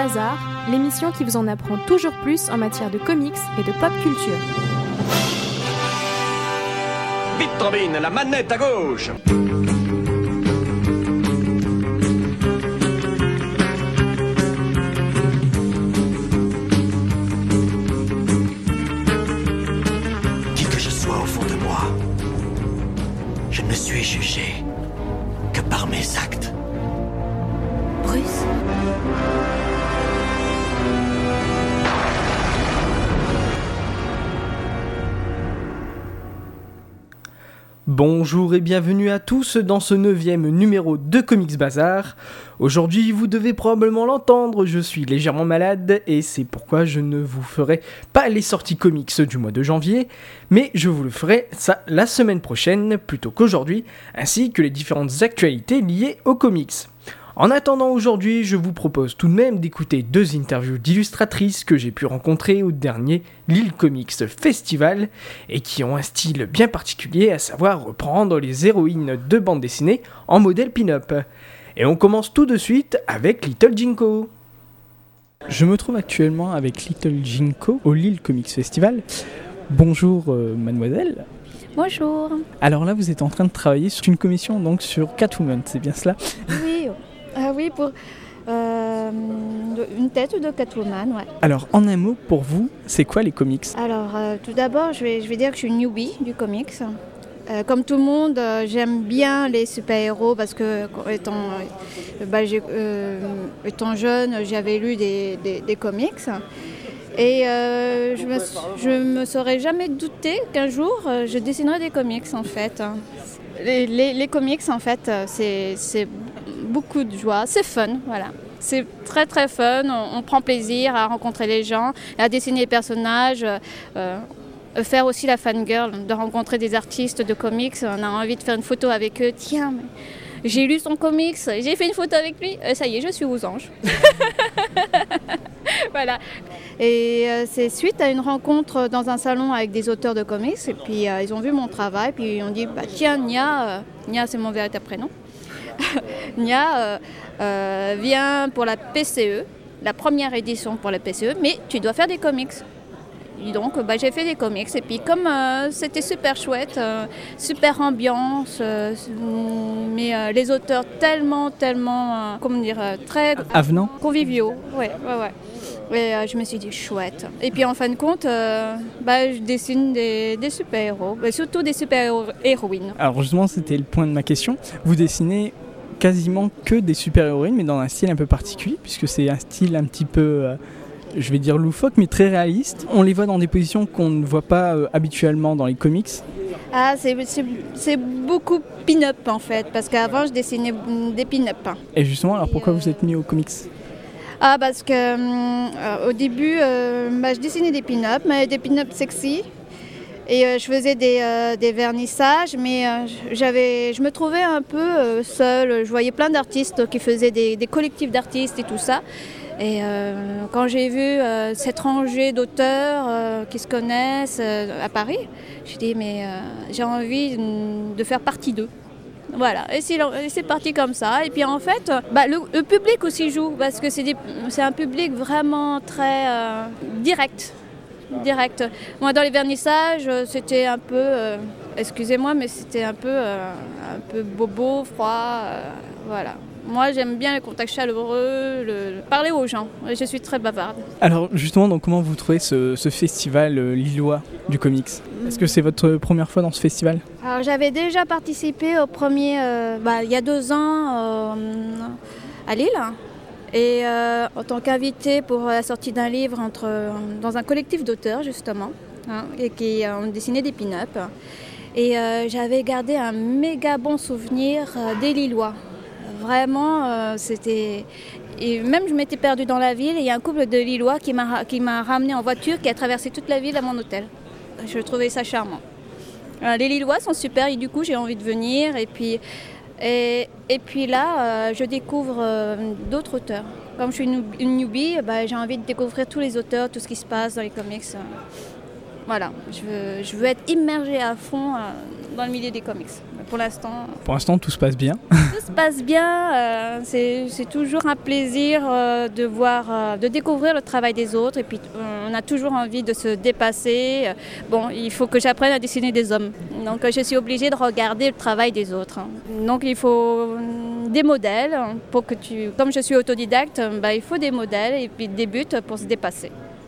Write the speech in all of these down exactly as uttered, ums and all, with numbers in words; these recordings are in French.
Bazar, l'émission qui vous en apprend toujours plus en matière de comics et de pop culture. Vite Robin, la manette à gauche. Qui que je sois au fond de moi, je ne suis jugé que par mes actes. Bruce ? Bonjour et bienvenue à tous dans ce neuvième numéro de Comics Bazar. Aujourd'hui, vous devez probablement l'entendre, je suis légèrement malade et c'est pourquoi je ne vous ferai pas les sorties comics du mois de janvier, mais je vous le ferai ça la semaine prochaine plutôt qu'aujourd'hui, ainsi que les différentes actualités liées aux comics. En attendant aujourd'hui, je vous propose tout de même d'écouter deux interviews d'illustratrices que j'ai pu rencontrer au dernier Lille Comics Festival et qui ont un style bien particulier, à savoir reprendre les héroïnes de bande dessinée en modèle pin-up. Et on commence tout de suite avec Little Jinko. Je me trouve actuellement avec Little Jinko au Lille Comics Festival. Bonjour euh, mademoiselle. Bonjour. Alors là, vous êtes en train de travailler sur une commission donc sur Catwoman, c'est bien cela ? Oui, euh, oui pour euh, une tête de Catwoman, ouais. Alors en un mot, pour vous, c'est quoi les comics ? Alors euh, tout d'abord, je vais, je vais dire que je suis une newbie du comics. Euh, comme tout le monde, euh, j'aime bien les super-héros parce que étant, euh, bah, j'ai, euh, étant jeune, j'avais lu des, des, des comics. Et euh, je, me, je me serais jamais douté qu'un jour, euh, je dessinerais des comics en fait. Les, les, les comics en fait, c'est, c'est beaucoup de joie, c'est fun, voilà. C'est très très fun, on, on prend plaisir à rencontrer les gens, à dessiner les personnages, euh, faire aussi la fangirl, de rencontrer des artistes de comics, on a envie de faire une photo avec eux, tiens, mais j'ai lu son comics, j'ai fait une photo avec lui, euh, ça y est, je suis aux anges. Voilà. Et euh, c'est suite à une rencontre dans un salon avec des auteurs de comics, et puis euh, ils ont vu mon travail, puis ils ont dit, bah, tiens, Nia, euh, Nia c'est mon véritable prénom, Nia, euh, euh, viens pour la P C E, la première édition pour la P C E, mais tu dois faire des comics. Et donc bah, j'ai fait des comics et puis comme euh, c'était super chouette, euh, super ambiance, euh, mais euh, les auteurs tellement, tellement, euh, comment dire, euh, très avenants, conviviaux, ouais, ouais, ouais. Et euh, je me suis dit chouette. Et puis en fin de compte, euh, bah, je dessine des, des super-héros, mais surtout des super-héroïnes. Alors justement, c'était le point de ma question. Vous dessinez quasiment que des super-héroïnes, mais dans un style un peu particulier, puisque c'est un style un petit peu... Euh, je vais dire loufoque, mais très réaliste. On les voit dans des positions qu'on ne voit pas euh, habituellement dans les comics. Ah, c'est, c'est, c'est beaucoup pin-up en fait, parce qu'avant je dessinais des pin-up. Et justement, alors pourquoi Et, euh... vous êtes mis aux comics ? Ah, parce que euh, au début, euh, bah, je dessinais des pin-up, mais des pin-up sexy. Et euh, je faisais des, euh, des vernissages, mais euh, j'avais, je me trouvais un peu euh, seule. Je voyais plein d'artistes qui faisaient des, des collectifs d'artistes et tout ça. Et euh, quand j'ai vu euh, cette rangée d'auteurs euh, qui se connaissent euh, à Paris, j'ai dit mais euh, j'ai envie de faire partie d'eux. Voilà, et c'est, et c'est parti comme ça. Et puis en fait, bah, le, le public aussi joue, parce que c'est, des, c'est un public vraiment très euh, direct. direct. Moi dans les vernissages, c'était un peu, euh, excusez-moi, mais c'était un peu, euh, un peu bobo, froid, euh, voilà. Moi, j'aime bien le contact chaleureux, le, le parler aux gens. Je suis très bavarde. Alors, justement, donc, comment vous trouvez ce, ce festival euh, lillois du comics ? Est-ce que c'est votre première fois dans ce festival ? Alors, j'avais déjà participé au premier, euh, bah, il y a deux ans, euh, à Lille. Et euh, en tant qu'invitée pour la sortie d'un livre entre, dans un collectif d'auteurs, justement, hein, et qui ont dessiné des pin-up. Et euh, j'avais gardé un méga bon souvenir euh, des Lillois. Vraiment, euh, c'était... Et même je m'étais perdue dans la ville et il y a un couple de Lillois qui m'a, qui m'a ramenée en voiture, qui a traversé toute la ville à mon hôtel. Je trouvais ça charmant. Euh, les Lillois sont super et du coup j'ai envie de venir. Et puis, et, et puis là, euh, je découvre euh, d'autres auteurs. Comme je suis une, une newbie, bah, j'ai envie de découvrir tous les auteurs, tout ce qui se passe dans les comics. Voilà, je veux, je veux être immergée à fond euh, dans le milieu des comics. Pour l'instant... Pour l'instant, tout se passe bien. Tout se passe bien. Euh, c'est, c'est toujours un plaisir euh, de voir, euh, de découvrir le travail des autres. Et puis, on a toujours envie de se dépasser. Bon, il faut que j'apprenne à dessiner des hommes. Donc, je suis obligée de regarder le travail des autres. Donc, il faut des modèles pour que tu... Comme je suis autodidacte, bah, il faut des modèles et puis des buts pour se dépasser.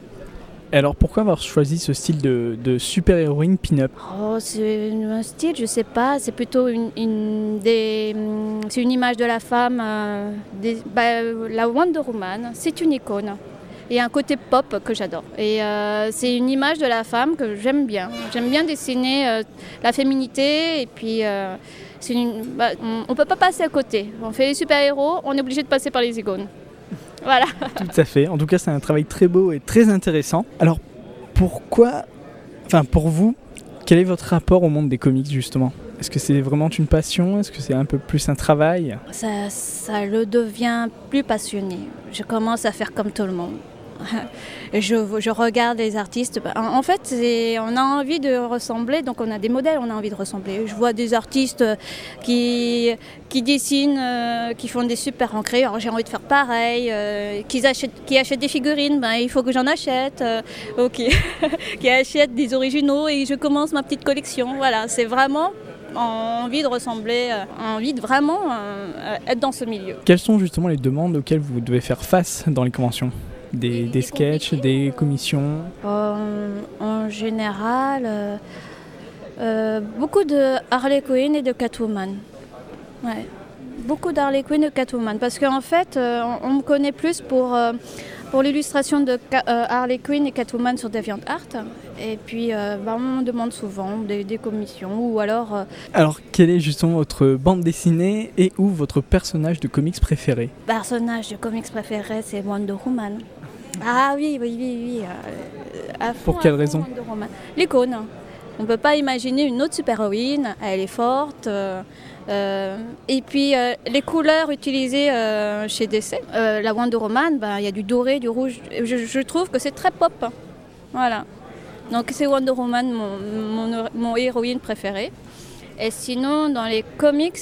Et alors, pourquoi avoir choisi ce style de, de super-héroïne pin-up ? Oh, c'est un style, je sais pas, c'est plutôt une, une, des, c'est une image de la femme, euh, des, bah, la Wonder Woman, c'est une icône. Et un côté pop que j'adore. Et euh, c'est une image de la femme que j'aime bien. J'aime bien dessiner euh, la féminité et puis euh, c'est une, bah, on ne peut pas passer à côté. On fait les super-héros, on est obligé de passer par les icônes. Voilà. Tout à fait. En tout cas, c'est un travail très beau et très intéressant. Alors, pourquoi, enfin pour vous, quel est votre rapport au monde des comics justement ? Est-ce que c'est vraiment une passion ? Est-ce que c'est un peu plus un travail ? Ça, ça le devient plus passionné. Je commence à faire comme tout le monde. Je, je regarde les artistes. En, en fait, c'est, on a envie de ressembler, donc on a des modèles, on a envie de ressembler. Je vois des artistes qui, qui dessinent, euh, qui font des super ancrés. Alors j'ai envie de faire pareil. Euh, qui, achètent, qui achètent des figurines, ben, il faut que j'en achète. Euh, okay. Qui achètent des originaux et je commence ma petite collection. Voilà, c'est vraiment envie de ressembler, envie de vraiment euh, être dans ce milieu. Quelles sont justement les demandes auxquelles vous devez faire face dans les conventions ? Des, des sketchs, des commissions euh, En général, euh, euh, beaucoup de Harley Quinn et de Catwoman. Ouais. Beaucoup d'Harley Quinn et de Catwoman. Parce qu'en fait, euh, on, on me connaît plus pour, euh, pour l'illustration de euh, Harley Quinn et Catwoman sur DeviantArt. Et puis, euh, bah, on me demande souvent des, des commissions ou alors... Euh... Alors, quelle est justement votre bande dessinée et ou votre personnage de comics préféré ? Personnage de comics préféré, c'est Wonder Woman. Ah oui, oui, oui, oui. Euh, à fond, Pour quelle à fond, raison ? Wonder Woman. L'icône. On ne peut pas imaginer une autre super-héroïne. Elle est forte. Euh, euh, et puis, euh, les couleurs utilisées euh, chez D C. Euh, la Wonder Woman, bah, y a du doré, du rouge. Je, je trouve que c'est très pop. Voilà. Donc c'est Wonder Woman, mon, mon, mon héroïne préférée. Et sinon, dans les comics,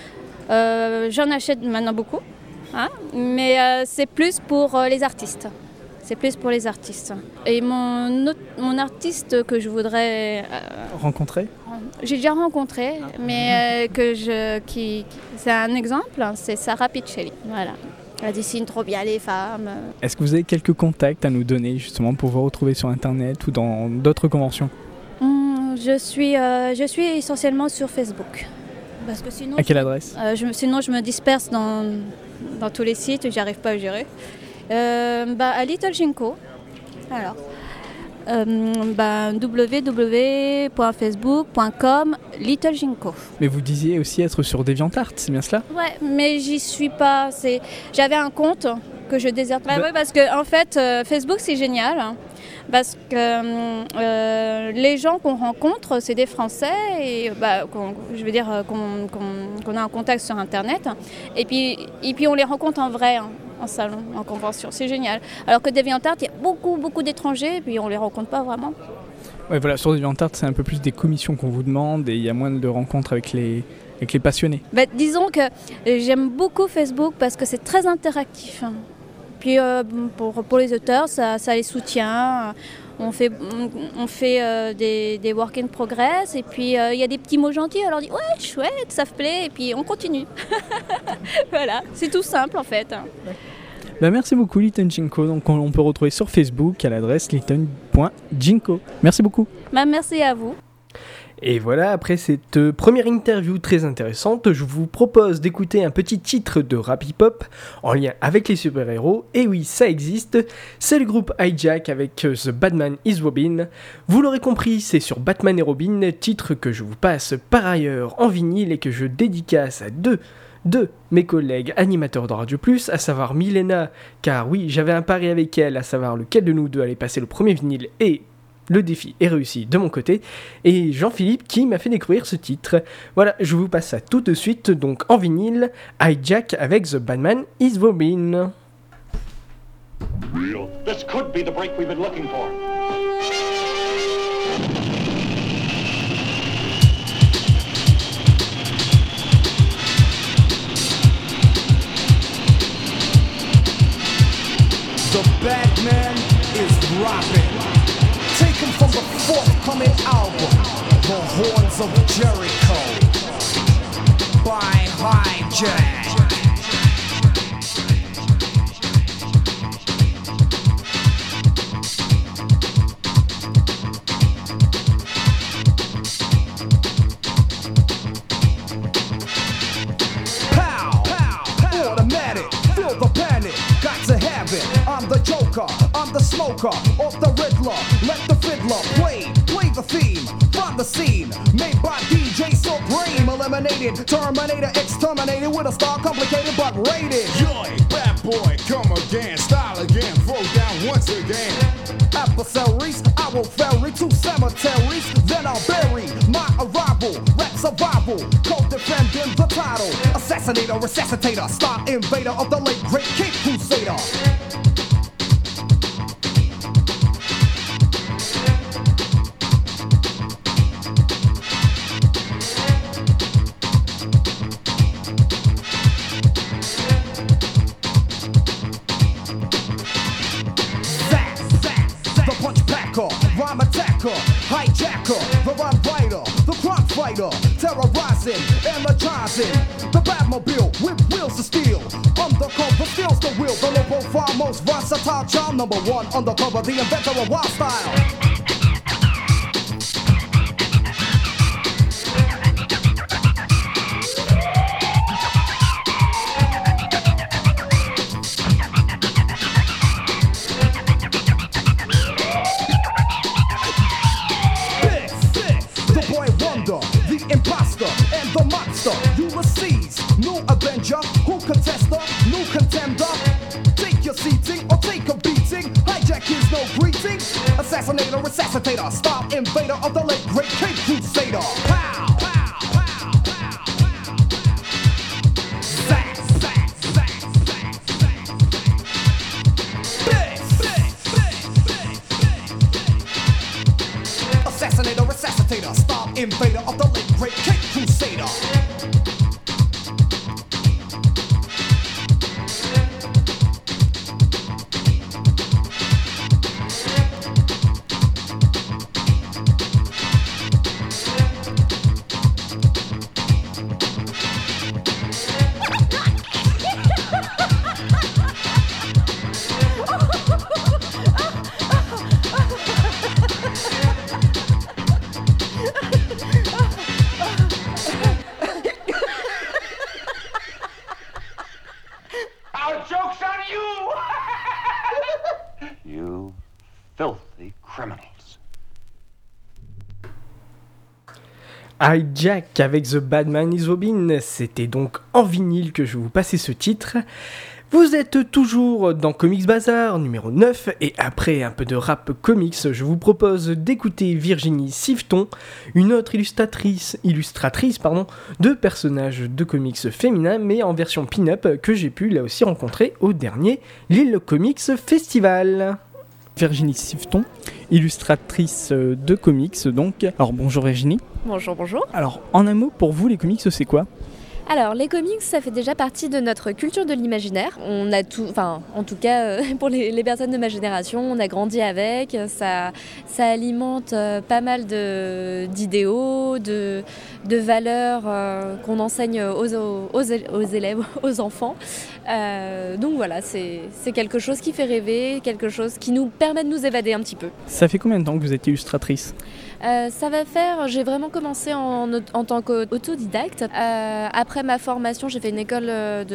euh, j'en achète maintenant beaucoup. Hein, mais euh, c'est plus pour euh, les artistes. C'est plus pour les artistes. Et mon, autre, mon artiste que je voudrais... Euh, rencontrer ? J'ai déjà rencontré, mais euh, que je, qui, c'est un exemple, c'est Sarah Pichelli. Voilà. Elle dessine trop bien les femmes. Est-ce que vous avez quelques contacts à nous donner justement pour vous retrouver sur Internet ou dans d'autres conventions ? Hum, je, suis, euh, je suis essentiellement sur Facebook. Parce que sinon, à quelle adresse ? euh, je, Sinon, je me disperse dans, dans tous les sites, j'y arrive pas à gérer. Euh, bah, à Little Ginkgo. Alors, euh, bah, w w w point facebook point com Little Ginkgo. Mais vous disiez aussi être sur DeviantArt, c'est bien cela ? Ouais, mais j'y suis pas. C'est... J'avais un compte que je déserte. Bah, bah... Ouais, parce que en fait, euh, Facebook c'est génial. Hein, parce que euh, les gens qu'on rencontre, c'est des Français, et bah, qu'on, je veux dire qu'on, qu'on, qu'on a un contact sur Internet. Et puis, et puis on les rencontre en vrai. Hein. En salon, en convention, c'est génial. Alors que DeviantArt, il y a beaucoup, beaucoup d'étrangers, et puis on ne les rencontre pas vraiment. Ouais, voilà, sur DeviantArt, c'est un peu plus des commissions qu'on vous demande, et il y a moins de rencontres avec les, avec les passionnés. Bah, disons que j'aime beaucoup Facebook parce que c'est très interactif. Puis euh, pour, pour les auteurs, ça, ça les soutient. On fait, on, on fait euh, des, des work in progress, et puis il euh, y a des petits mots gentils, on leur dit ouais, chouette, ça me plaît, et puis on continue. Voilà, c'est tout simple en fait. Ouais. Bah merci beaucoup Little Ginkgo, donc on, on peut retrouver sur Facebook à l'adresse little point ginkgo. Merci beaucoup. Bah, merci à vous. Et voilà, après cette première interview très intéressante, je vous propose d'écouter un petit titre de rap hip-hop en lien avec les super-héros. Et oui, ça existe, c'est le groupe Hijack avec The Batman is Robin. Vous l'aurez compris, c'est sur Batman et Robin, titre que je vous passe par ailleurs en vinyle et que je dédicace à deux de mes collègues animateurs de Radio Plus, à savoir Milena, car oui, j'avais un pari avec elle, à savoir lequel de nous deux allait passer le premier vinyle, et le défi est réussi de mon côté, et Jean-Philippe qui m'a fait découvrir ce titre. Voilà, je vous passe ça tout de suite, donc en vinyle, Hijack avec The Batman is Robin. This could be the break we've been looking for. The Batman is dropping. Taken from the forthcoming album, The Horns of Jericho, by Hijack. I'm the Joker, I'm the smoker of the Riddler. Let the fiddler play, play the theme from the scene made by D J Supreme. Eliminated, Terminator, exterminated with a star complicated but rated. Yoy, bad boy, come again, style again, throw down once again. Adversaries, I will ferry to cemeteries, then I'll bury my arrival. Rap survival, co-defending the title. Assassinator, resuscitator, star invader of the late great King Crusader. Rhyme attacker, hijacker, the rhyme writer, the crime fighter, terrorizing, energizing, the Batmobile with wheels of steel. Undercover steals the wheel, the low profile, most versatile child, number one undercover, the inventor of wild style. Ulysses, new Avenger, who contester, new contender. Take your seating or take a beating. Hijack is no greeting. Assassinator, resuscitator, star invader of the late great King Crusader. Pow, pow, pow, pow, pow. Zack, zack, zack, zack, zack. Big, big, big, big, big. Assassinator, resuscitator, star invader of the late great King Crusader. Hijack avec The Batman is Robin, c'était donc en vinyle que je vous passais ce titre. Vous êtes toujours dans Comics Bazar numéro neuf et après un peu de rap comics, je vous propose d'écouter Virginie Siveton, une autre illustratrice, illustratrice pardon, de personnages de comics féminins mais en version pin-up que j'ai pu là aussi rencontrer au dernier Lille Comics Festival. Virginie Siveton, illustratrice de comics donc. Alors bonjour Virginie. Bonjour, bonjour. Alors en un mot, pour vous les comics c'est quoi ? Alors, les comics, ça fait déjà partie de notre culture de l'imaginaire. On a tout, enfin, en tout cas, euh, pour les, les personnes de ma génération, on a grandi avec. Ça, ça alimente euh, pas mal de, d'idéaux, de, de valeurs euh, qu'on enseigne aux, aux, aux élèves, aux enfants. Euh, donc voilà, c'est, c'est quelque chose qui fait rêver, quelque chose qui nous permet de nous évader un petit peu. Ça fait combien de temps que vous êtes illustratrice ? Euh, ça va faire, j'ai vraiment commencé en, en tant qu'autodidacte. Euh, après ma formation, j'ai fait une école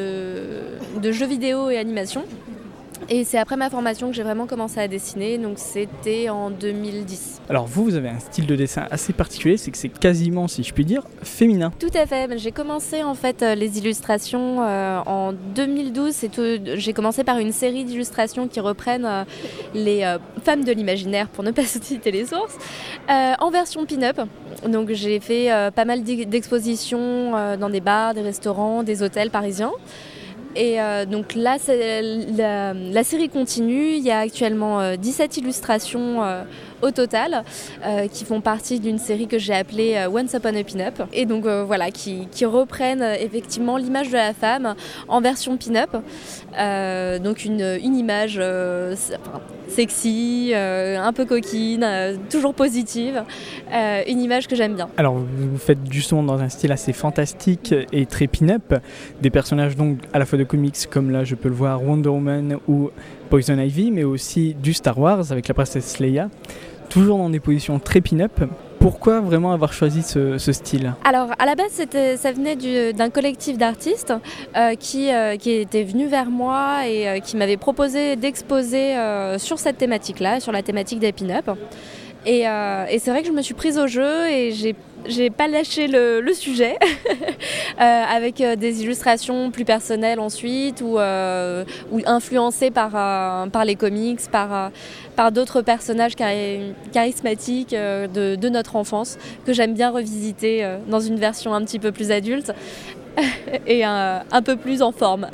de, de jeux vidéo et animation. Et c'est après ma formation que j'ai vraiment commencé à dessiner, donc c'était en deux mille dix. Alors vous, vous avez un style de dessin assez particulier, c'est que c'est quasiment, si je puis dire, féminin. Tout à fait, j'ai commencé en fait les illustrations euh, en deux mille douze, c'est tout, j'ai commencé par une série d'illustrations qui reprennent euh, les euh, femmes de l'imaginaire, pour ne pas citer les sources, euh, en version pin-up. Donc j'ai fait euh, pas mal d'expositions euh, dans des bars, des restaurants, des hôtels parisiens. Et euh, donc là, c'est, la, la série continue. Il y a actuellement euh, dix-sept illustrations euh, au total euh, qui font partie d'une série que j'ai appelée euh, Once Upon a Pin-Up. Et donc euh, voilà, qui, qui reprennent euh, effectivement l'image de la femme en version pin-up. Euh, donc une, une image euh, sexy, euh, un peu coquine, euh, toujours positive. Euh, une image que j'aime bien. Alors vous faites justement dans un style assez fantastique et très pin-up, des personnages donc à la fois de comics comme là je peux le voir Wonder Woman ou Poison Ivy, mais aussi du Star Wars avec la princesse Leia, toujours dans des positions très pin-up. Pourquoi vraiment avoir choisi ce, ce style ? Alors à la base c'était, ça venait du, d'un collectif d'artistes euh, qui, euh, qui était venu vers moi et euh, qui m'avait proposé d'exposer euh, sur cette thématique-là, sur la thématique des pin-up. Et, euh, et c'est vrai que je me suis prise au jeu et j'ai, j'ai pas lâché le, le sujet euh, avec euh, des illustrations plus personnelles ensuite ou, euh, ou influencées par, euh, par les comics, par, euh, par d'autres personnages chari- charismatiques euh, de, de notre enfance que j'aime bien revisiter euh, dans une version un petit peu plus adulte et un, un peu plus en forme.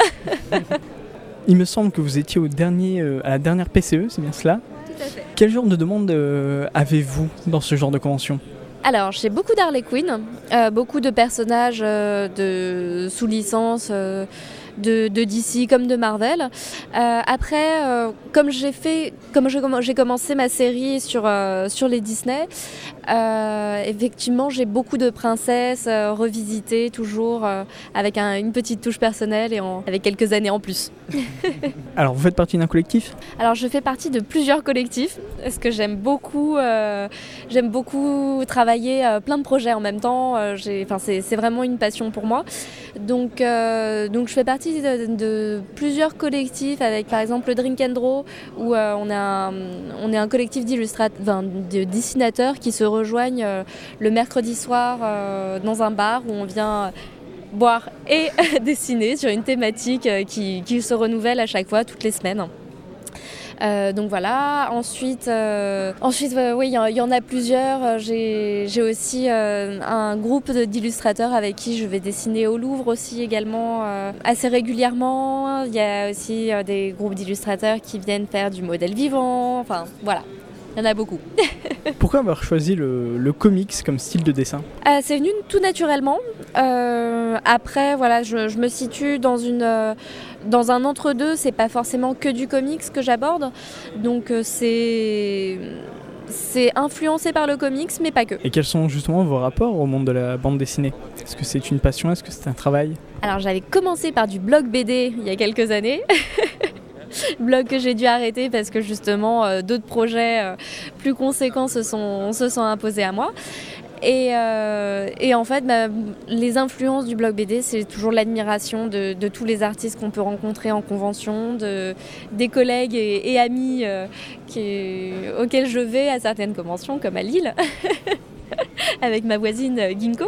Il me semble que vous étiez au dernier, euh, à la dernière P C E, c'est bien cela ? Tout à fait. Quel genre de demande euh, avez-vous dans ce genre de convention ? Alors, j'ai beaucoup d'Harley Quinn, euh, beaucoup de personnages euh, de, sous licence euh, de, de D C comme de Marvel. Euh, après, euh, comme j'ai fait, comme je, j'ai commencé ma série sur, euh, sur les Disney, euh, effectivement, j'ai beaucoup de princesses euh, revisitées toujours euh, avec un, une petite touche personnelle et en, avec quelques années en plus. Alors, vous faites partie d'un collectif ? Alors, je fais partie de plusieurs collectifs parce que j'aime beaucoup, euh, j'aime beaucoup travailler euh, plein de projets en même temps. Euh, j'ai, enfin, c'est, c'est vraiment une passion pour moi. Donc, euh, donc je fais partie de, de plusieurs collectifs avec, par exemple, le Drink and Draw où euh, on, est un, on est un collectif d'illustrateurs, enfin, de dessinateurs qui se rejoignent euh, le mercredi soir euh, dans un bar où on vient boire et dessiner sur une thématique qui, qui se renouvelle à chaque fois, toutes les semaines. Euh, donc voilà, ensuite, euh, ensuite euh, oui, il y, y en a plusieurs. J'ai, j'ai aussi euh, un groupe de, d'illustrateurs avec qui je vais dessiner au Louvre aussi également euh, assez régulièrement. Il y a aussi euh, des groupes d'illustrateurs qui viennent faire du modèle vivant, enfin voilà. Il y en a beaucoup. Pourquoi avoir choisi le, le comics comme style de dessin ? euh, C'est venu tout naturellement. Euh, après, voilà, je, je me situe dans, une, euh, dans un entre-deux. C'est pas forcément que du comics que j'aborde. Donc euh, c'est, c'est influencé par le comics, mais pas que. Et quels sont justement vos rapports au monde de la bande dessinée ? Est-ce que c'est une passion ? Est-ce que c'est un travail ? Alors j'avais commencé par du blog B D il y a quelques années. Blog que j'ai dû arrêter parce que justement euh, d'autres projets euh, plus conséquents se sont, se sont imposés à moi. Et, euh, et en fait, bah, les influences du blog B D, c'est toujours l'admiration de, de tous les artistes qu'on peut rencontrer en convention, de, des collègues et, et amis euh, qui, auxquels je vais à certaines conventions, comme à Lille. Avec ma voisine Ginkgo.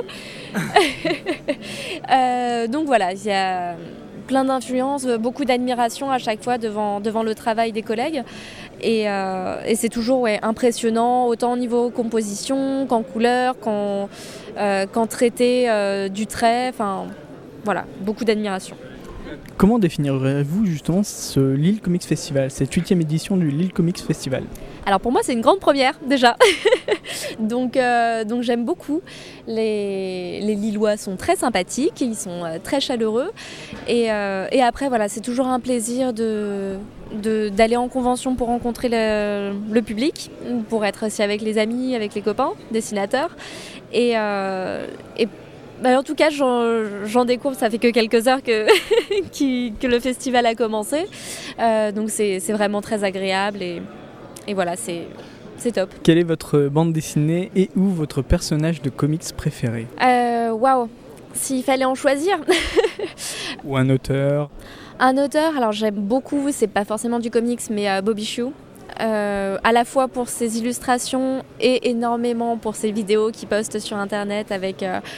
euh, donc voilà, il y a plein d'influences, beaucoup d'admiration à chaque fois devant, devant le travail des collègues. Et, euh, et c'est toujours ouais, impressionnant, autant au niveau composition qu'en couleur, qu'en, euh, qu'en traité euh, du trait. Enfin, voilà, beaucoup d'admiration. Comment définirez-vous justement ce Lille Comics Festival, cette huitième édition du Lille Comics Festival ? Alors pour moi c'est une grande première déjà, donc, euh, donc j'aime beaucoup. Les, les Lillois sont très sympathiques, ils sont euh, très chaleureux et, euh, et après voilà, c'est toujours un plaisir de, de, d'aller en convention pour rencontrer le, le public, pour être aussi avec les amis, avec les copains, dessinateurs et, euh, et bah en tout cas, j'en, j'en découvre, ça fait que quelques heures que, qui, que le festival a commencé. Euh, donc c'est, c'est vraiment très agréable et, et voilà, c'est, c'est top. Quelle est votre bande dessinée et ou votre personnage de comics préféré ? euh, Waouh, s'il fallait en choisir. Ou un auteur ? Un auteur, alors j'aime beaucoup, c'est pas forcément du comics, mais euh, Bobby Chou. Euh, à la fois pour ses illustrations et énormément pour ses vidéos qu'il poste sur internet avec... Euh,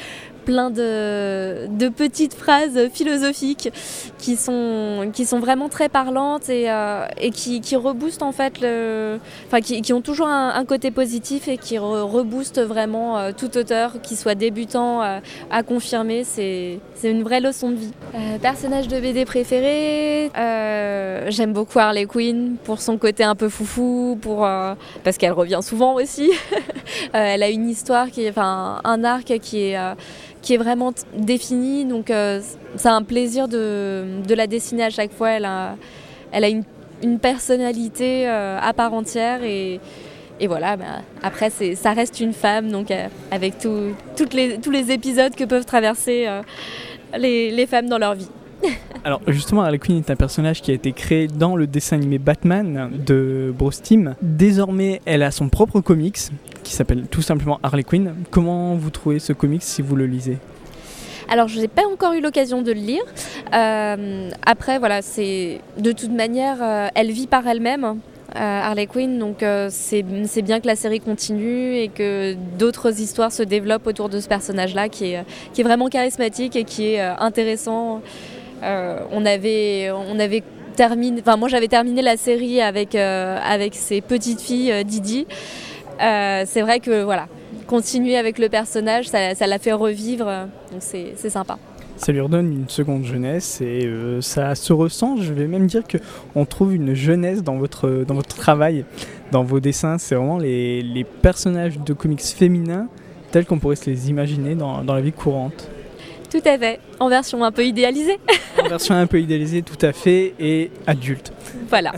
plein de, de petites phrases philosophiques qui sont, qui sont vraiment très parlantes et, euh, et qui, qui reboostent en fait, le, enfin qui, qui ont toujours un, un côté positif et qui re, reboostent vraiment euh, tout auteur, qu'il soit débutant euh, à confirmer. C'est, c'est une vraie leçon de vie. Euh, personnage de B D préféré, euh, j'aime beaucoup Harley Quinn pour son côté un peu foufou, pour, euh, parce qu'elle revient souvent aussi. euh, elle a une histoire, qui est, enfin un arc qui est, euh, qui est vraiment t- défini, donc euh, c'est un plaisir de, de la dessiner à chaque fois. Elle a, elle a une, une personnalité euh, à part entière et, et voilà, bah, après c'est, ça reste une femme, donc euh, avec tout, toutes les, tous les épisodes que peuvent traverser euh, les, les femmes dans leur vie. Alors justement, Harley Quinn est un personnage qui a été créé dans le dessin animé Batman de Bruce Timm. Désormais, elle a son propre comics qui s'appelle tout simplement Harley Quinn. Comment vous trouvez ce comics si vous le lisez ? Alors, je n'ai pas encore eu l'occasion de le lire. Euh, après, voilà, c'est de toute manière, euh, elle vit par elle-même. Euh, Harley Quinn, donc euh, c'est, c'est bien que la série continue et que d'autres histoires se développent autour de ce personnage-là qui est, qui est vraiment charismatique et qui est euh, intéressant. Euh, on avait, on avait terminé, enfin moi j'avais terminé la série avec, euh, avec ses petites filles euh, Didi. Euh, c'est vrai que voilà, continuer avec le personnage, ça, ça l'a fait revivre, donc c'est, c'est sympa. Ça lui redonne une seconde jeunesse et euh, ça se ressent. Je vais même dire qu'on trouve une jeunesse dans votre, dans votre travail, dans vos dessins. C'est vraiment les, les personnages de comics féminins tels qu'on pourrait se les imaginer dans, dans la vie courante. Tout à fait, en version un peu idéalisée. En version un peu idéalisée, tout à fait, et adulte. Voilà.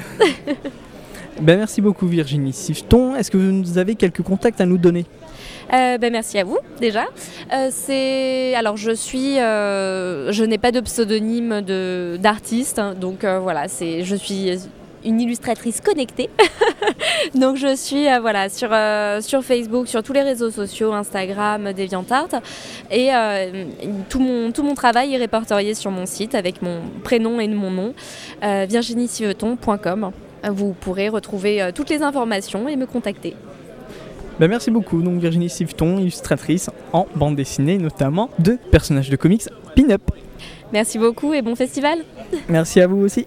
Ben, merci beaucoup Virginie Siveton. Est-ce que vous avez quelques contacts à nous donner ? Euh, ben merci à vous déjà. Euh, c'est alors je suis, euh, je n'ai pas de pseudonyme de d'artiste, hein, donc euh, voilà, c'est je suis une illustratrice connectée. Donc je suis euh, voilà sur euh, sur Facebook, sur tous les réseaux sociaux, Instagram, DeviantArt, et euh, tout mon tout mon travail est répertorié sur mon site avec mon prénom et mon nom, euh, virginie siveton point com. Vous pourrez retrouver euh, toutes les informations et me contacter. Ben merci beaucoup, donc Virginie Siveton, illustratrice en bande dessinée, notamment de personnages de comics pin-up. Merci beaucoup et bon festival. Merci à vous aussi.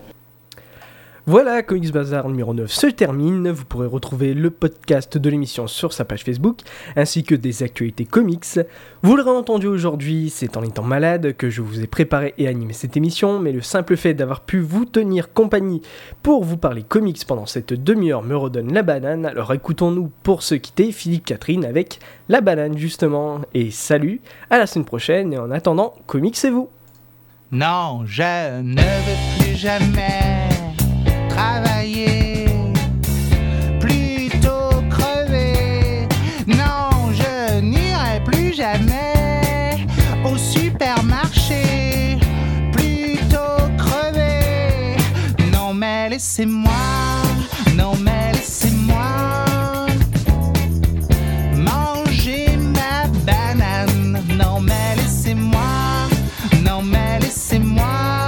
Voilà, Comics Bazar numéro neuf se termine. Vous pourrez retrouver le podcast de l'émission sur sa page Facebook, ainsi que des actualités comics. Vous l'aurez entendu aujourd'hui, c'est en étant malade que je vous ai préparé et animé cette émission, mais le simple fait d'avoir pu vous tenir compagnie pour vous parler comics pendant cette demi-heure me redonne la banane. Alors écoutons-nous pour se quitter, Philippe Catherine avec la banane justement. Et salut, à la semaine prochaine, et en attendant, comics c'est vous. Non, je ne veux plus jamais travailler, plutôt crever. Non, je n'irai plus jamais au supermarché, plutôt crever. Non mais laissez-moi, non mais laissez-moi manger ma banane. Non mais laissez-moi, non mais laissez-moi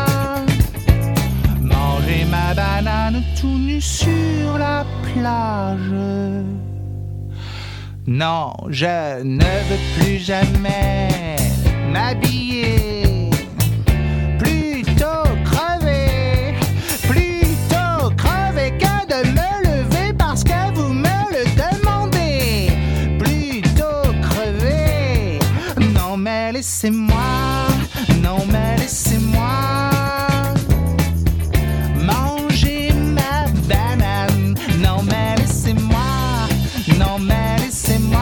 manger ma banane tout nu sur la plage. Non, je ne veux plus jamais m'habiller, plutôt crever, plutôt crever que de me lever parce que vous me le demandez, plutôt crever. Non mais laissez-moi, non mais laissez-moi manger ma banane. Non mais laissez-moi, non mais laissez-moi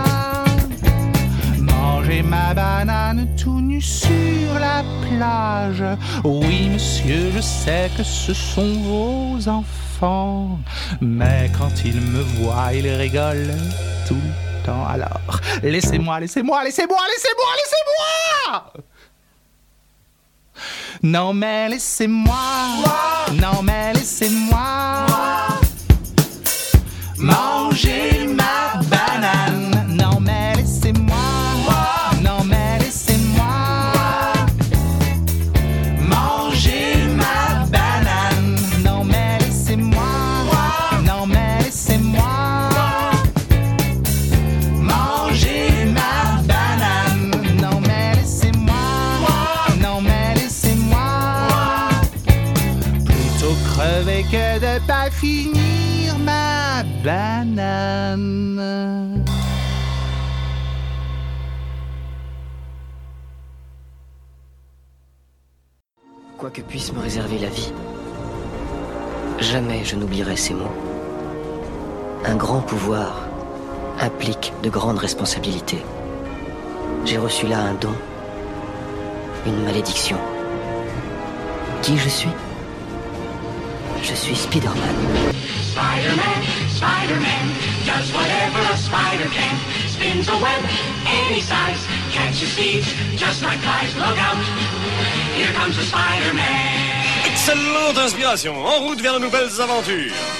manger ma banane tout nu sur la plage. Oui monsieur, je sais que ce sont vos enfants, mais quand ils me voient, ils rigolent tout le temps. Alors laissez-moi, laissez-moi, laissez-moi, laissez-moi, laissez-moi. Non mais laissez-moi, non mais laissez-moi manger ma banane. Non mais laissez-moi, non mais laissez-moi manger ma banane. Non mais laissez-moi, non mais laissez-moi manger ma banane. Non mais laisserai finir ma banane. Quoi que puisse me réserver la vie, jamais je n'oublierai ces mots. Un grand pouvoir implique de grandes responsabilités. J'ai reçu là un don, une malédiction. Qui je suis ? Je suis Spider-Man. Spider-Man, Spider-Man, does whatever a spider can. Spins a web any size, catches thieves just like flies. Look out, here comes the Spider-Man. Excellente inspiration, en route vers de nouvelles aventures.